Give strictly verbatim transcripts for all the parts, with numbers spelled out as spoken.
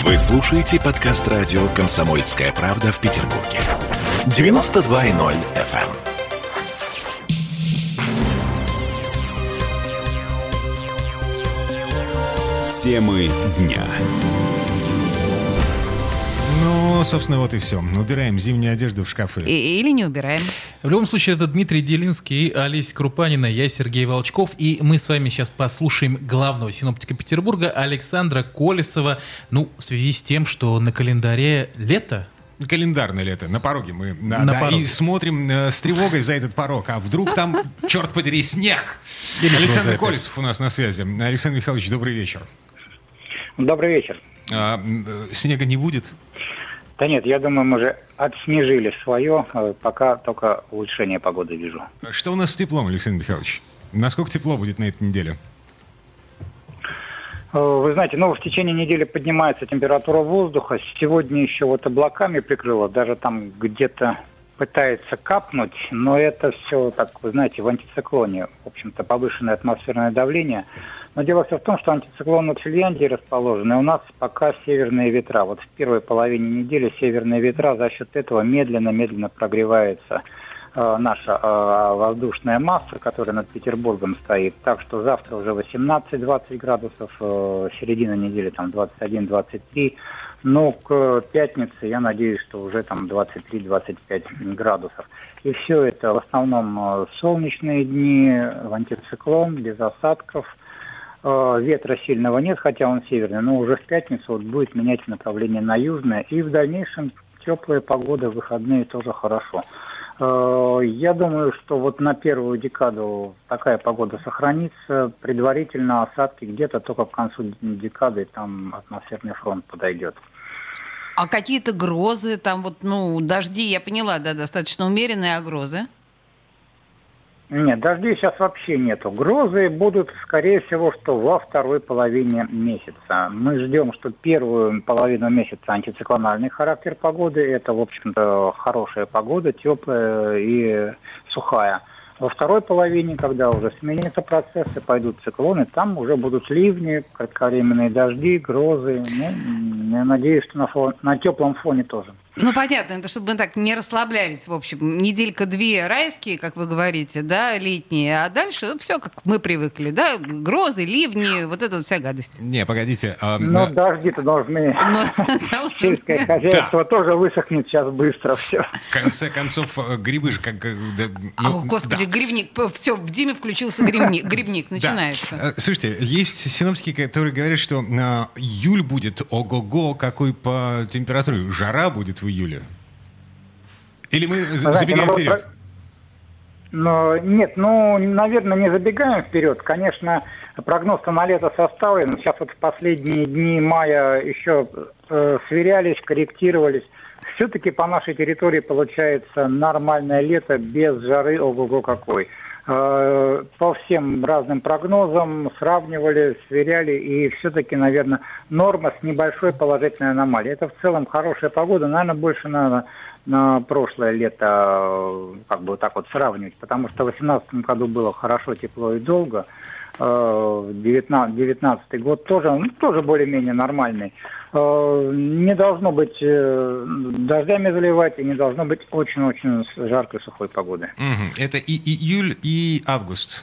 Вы слушаете подкаст радио «Комсомольская правда» в Петербурге. девяносто два и ноль эф эм. Темы дня. Ну, собственно, вот и все. Убираем зимнюю одежду в шкафы. И, или не убираем. В любом случае, это Дмитрий Делинский, Олеся Крупанина, я Сергей Волчков. И мы с вами сейчас послушаем главного синоптика Петербурга Александра Колесова. Ну, в связи с тем, что на календаре лето. Календарное лето, на пороге мы. На да, пороге. И смотрим э, с тревогой за этот порог. А вдруг там, черт подери, снег? Или Александр гроза Колесов у нас на связи. Александр Михайлович, добрый вечер. Добрый вечер. А, э, снега не будет? Да нет, я думаю, мы уже отснежили свое, пока только улучшение погоды вижу. Что у нас с теплом, Александр Михайлович? Насколько тепло будет на этой неделе? Вы знаете, ну, в течение недели поднимается температура воздуха. Сегодня еще вот облаками прикрыло, даже там где-то пытается капнуть, но это все, так, вы знаете, в антициклоне, в общем-то, повышенное атмосферное давление. Но дело все в том, что антициклон над Финляндией расположен, и у нас пока северные ветра. Вот в первой половине недели северные ветра, за счет этого медленно-медленно прогревается э, наша э, воздушная масса, которая над Петербургом стоит. Так что завтра уже восемнадцать-двадцать градусов, э, середина недели там двадцать один - двадцать три. Но к пятнице я надеюсь, что уже там двадцать три - двадцать пять градусов. И все это в основном э, солнечные дни, в антициклон, без осадков. Ветра сильного нет, хотя он северный, но уже в пятницу вот будет менять направление на южное. И в дальнейшем теплая погода, выходные тоже хорошо. Я думаю, что вот на первую декаду такая погода сохранится. Предварительно осадки где-то только к концу декады, там атмосферный фронт подойдет. А какие-то грозы, там вот, ну, дожди, я поняла, да, достаточно умеренные, а грозы? Нет, дождей сейчас вообще нету. Грозы будут, скорее всего, что во второй половине месяца. Мы ждем, что первую половину месяца антициклональный характер погоды. Это, в общем-то, хорошая погода, теплая и сухая. Во второй половине, когда уже сменятся процессы, пойдут циклоны, там уже будут ливни, кратковременные дожди, грозы. Ну, я надеюсь, что на, фон, на теплом фоне тоже. Ну, понятно, это чтобы мы так не расслаблялись, в общем. Неделька-две райские, как вы говорите, да, летние, а дальше ну, все, как мы привыкли, да, грозы, ливни, вот эта вот вся гадость. Не, погодите. А, Но а... дожди-то должны. Сельское хозяйство тоже высохнет сейчас быстро все. В конце концов, грибы же как... О, господи, грибник, все, в Диме включился грибник, начинается. Слушайте, есть синоптики, которые говорят, что июль будет ого-го, какой по температуре, жара будет в июле? Или мы Знаете, забегаем ну, вперед? Но, нет, ну, наверное, не забегаем вперед. Конечно, прогноз-то на лето составлен. Сейчас вот в последние дни мая еще э, сверялись, корректировались. Все-таки по нашей территории получается нормальное лето без жары ого-го какой. Э, по всем разным прогнозам сравнивали, сверяли, и все-таки, наверное, норма с небольшой положительной аномалией. Это в целом хорошая погода, наверное, больше на, на прошлое лето, как бы вот так вот сравнивать, потому что в две тысячи восемнадцатом году было хорошо, тепло и долго. девятнадцатый год тоже, ну, тоже более-менее нормальный. Не должно быть дождями заливать, и не должно быть очень-очень жаркой, сухой погоды. Угу. Это и июль, и август.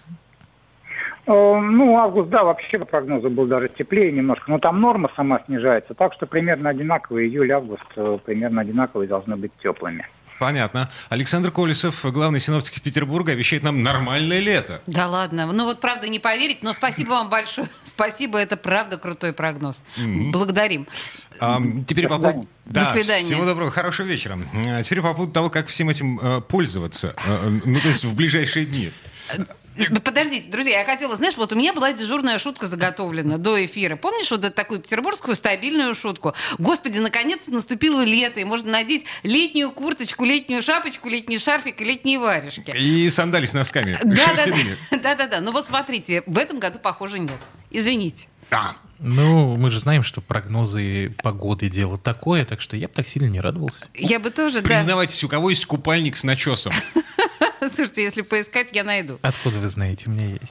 Ну, август, да, вообще по прогнозу был даже теплее немножко, но там норма сама снижается, так что примерно одинаковые, июль, август примерно одинаковые должны быть теплыми. Понятно. Александр Колесов, главный синоптик из Петербурга, обещает нам нормальное лето. Да ладно. Ну вот правда не поверить, но спасибо вам большое. Спасибо, это правда крутой прогноз. Mm-hmm. Благодарим. А, теперь по поводу... До да, свидания. Всего доброго, хорошего вечера. А теперь по поводу того, как всем этим э, пользоваться. Э, ну, то есть в ближайшие дни. Подождите, друзья, я хотела, знаешь, вот у меня была дежурная шутка заготовлена до эфира. Помнишь вот эту такую петербургскую стабильную шутку? Господи, наконец-то наступило лето, и можно надеть летнюю курточку, летнюю шапочку, летний шарфик и летние варежки. И сандали с носками шерстяными. Да-да-да, ну вот смотрите, в этом году, похоже, нет. Извините. Да. Ну, мы же знаем, что прогнозы погоды дело такое, так что я бы так сильно не радовался. Я бы тоже, да. Признавайтесь, у кого есть купальник с начесом? Слушайте, если поискать, я найду. Откуда вы знаете, у меня есть.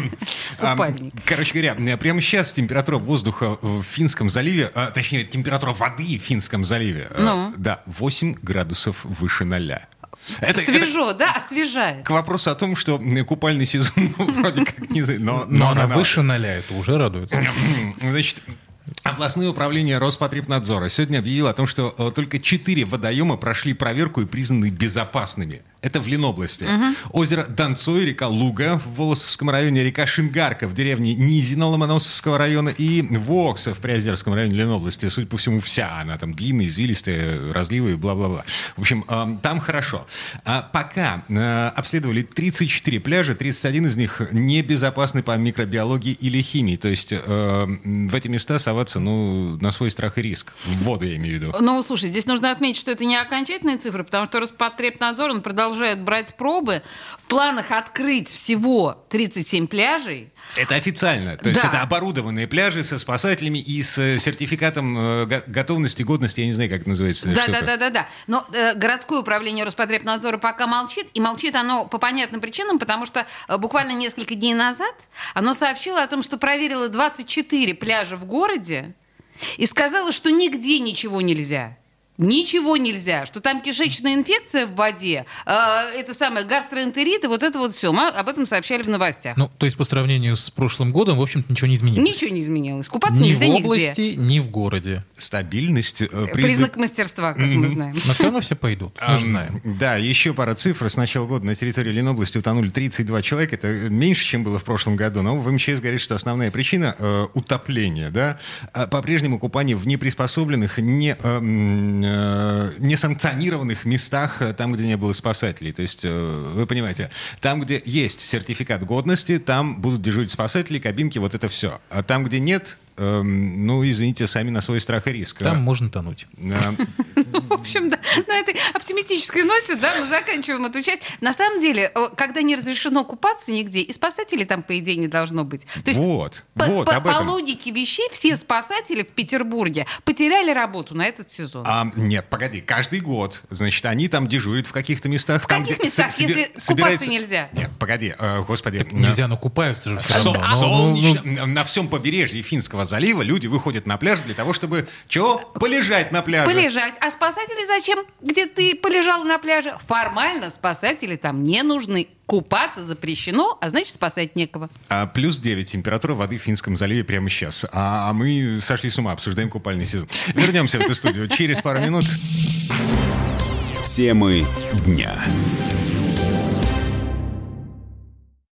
Купальник. Короче говоря, прямо сейчас температура воздуха в Финском заливе, а, точнее, температура воды в Финском заливе, Ну? да, восемь градусов выше ноля. Это, Свежо, это да? Освежает. к вопросу о том, что купальный сезон ну, вроде как не... за- Но, Но она рано. выше ноля, это уже радует. Значит, областное управление Роспотребнадзора сегодня объявило о том, что э, только четыре водоема прошли проверку и признаны безопасными. Это в Ленобласти. Озеро Донцой, река Луга в Волосовском районе, река Шингарка в деревне Низина Ломоносовского района и Вокса в Приозерском районе Ленобласти. Судя по всему, вся она там длинная, извилистая, разливы и бла-бла-бла. В общем, э, там хорошо. А пока э, обследовали тридцать четыре пляжа, тридцать один из них небезопасны по микробиологии или химии. То есть э, в эти места соваться, ну, на свой страх и риск. В воду, я имею в виду. Ну, слушай, здесь нужно отметить, что это не окончательные цифры, потому что Роспотребнадзор, он продолжает брать пробы. В планах открыть всего тридцать семь пляжей. Это официально. То есть Да. это оборудованные пляжи со спасателями и с сертификатом э, го- готовности, годности. Я не знаю, как это называется. Да, штука. да, да, да, да. Но э, городское управление Роспотребнадзора пока молчит, и молчит оно по понятным причинам, потому что э, буквально несколько дней назад оно сообщило о том, что проверило двадцать четыре пляжа в городе и сказала, что нигде ничего нельзя. Ничего нельзя, что там кишечная инфекция в воде, э, это самое гастроэнтерит, и вот это вот все. Мы об этом сообщали в новостях. Ну, то есть по сравнению с прошлым годом, в общем-то, ничего не изменилось. Ничего не изменилось. Купаться Ни нельзя в нигде. области, ни в городе. Стабильность. э, Признак признак- мастерства, как мы знаем. Но все равно все пойдут. Мы же Ам, знаем. Да, еще пара цифр. С начала года на территории Ленобласти утонули тридцать два человека. Это меньше, чем было в прошлом году. Но в МЧС говорит, что основная причина э, утопления. Да? А по-прежнему купание в неприспособленных, не, эм, э, несанкционированных местах, э, там, где не было спасателей. То есть, э, вы понимаете, там, где есть сертификат годности, там будут дежурить спасатели, кабинки, вот это все. А там, где нет, эм, ну, извините, сами на свой страх и риск. Там можно тонуть. А, В общем, да, на этой оптимистической ноте, да, мы заканчиваем эту часть. На самом деле, э, когда не разрешено купаться нигде, и спасателей там, по идее, не должно быть. То есть Вот, по, вот, по- об по этом. логике вещей все спасатели в Петербурге потеряли работу на этот сезон. А, нет, погоди, каждый год, значит, они там дежурят в каких-то местах. В там, каких где местах, со- собер- если купаться нельзя? Нет, погоди, э, господи. Нельзя, но купаются же все Со- равно. Ну, ну, солнечно- ну, на всем побережье Финского залива люди выходят на пляж для того, чтобы, чего? Полежать на пляже. Полежать. А спасатели зачем? Где ты полежал на пляже? Формально спасатели там не нужны. Купаться запрещено, а значит спасать некого. А, плюс девять температура воды в Финском заливе прямо сейчас. А, а мы сошли с ума, обсуждаем купальный сезон. Вернемся в эту студию через пару минут. Темы дня.